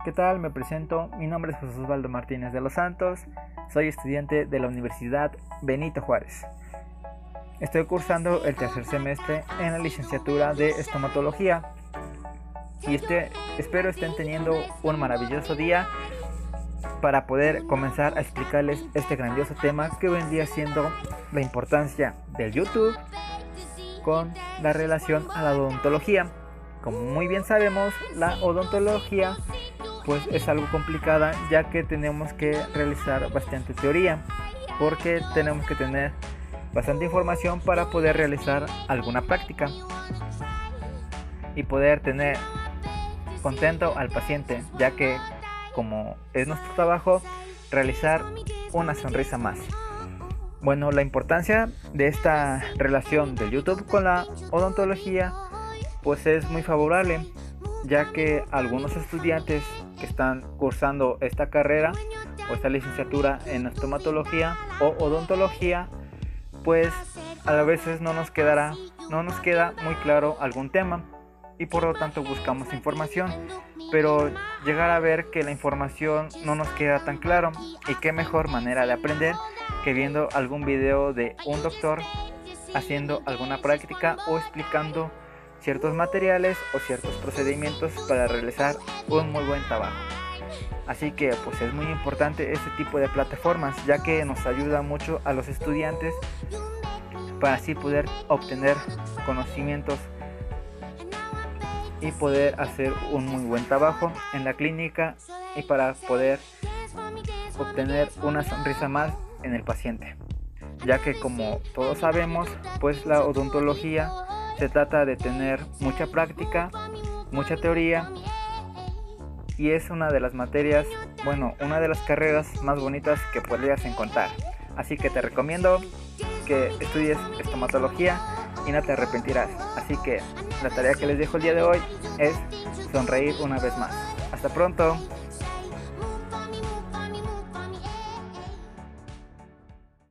¿Qué tal? Me presento, mi nombre es José Osvaldo Martínez de los Santos, soy estudiante de la Universidad Benito Juárez. Estoy cursando el tercer semestre en la licenciatura de estomatología y espero estén teniendo un maravilloso día para poder comenzar a explicarles este grandioso tema que vendría siendo la importancia del YouTube con la relación a la odontología. Como muy bien sabemos, la odontología pues es algo complicada, ya que tenemos que realizar bastante teoría, porque tenemos que tener bastante información para poder realizar alguna práctica y poder tener contento al paciente, ya que como es nuestro trabajo realizar una sonrisa más. Bueno, la importancia de esta relación del YouTube con la odontología pues es muy favorable, ya que algunos estudiantes que están cursando esta carrera o esta licenciatura en estomatología o odontología, pues a veces no nos queda muy claro algún tema y por lo tanto buscamos información, pero llegar a ver que la información no nos queda tan claro, y qué mejor manera de aprender que viendo algún video de un doctor haciendo alguna práctica o explicando ciertos materiales o ciertos procedimientos para realizar un muy buen trabajo. Así que pues es muy importante este tipo de plataformas, ya que nos ayuda mucho a los estudiantes para así poder obtener conocimientos y poder hacer un muy buen trabajo en la clínica y para poder obtener una sonrisa más en el paciente, ya que como todos sabemos, pues la odontología se trata de tener mucha práctica, mucha teoría, y es una de las materias, una de las carreras más bonitas que podrías encontrar. Así que te recomiendo que estudies estomatología y no te arrepentirás. Así que la tarea que les dejo el día de hoy es sonreír una vez más. Hasta pronto.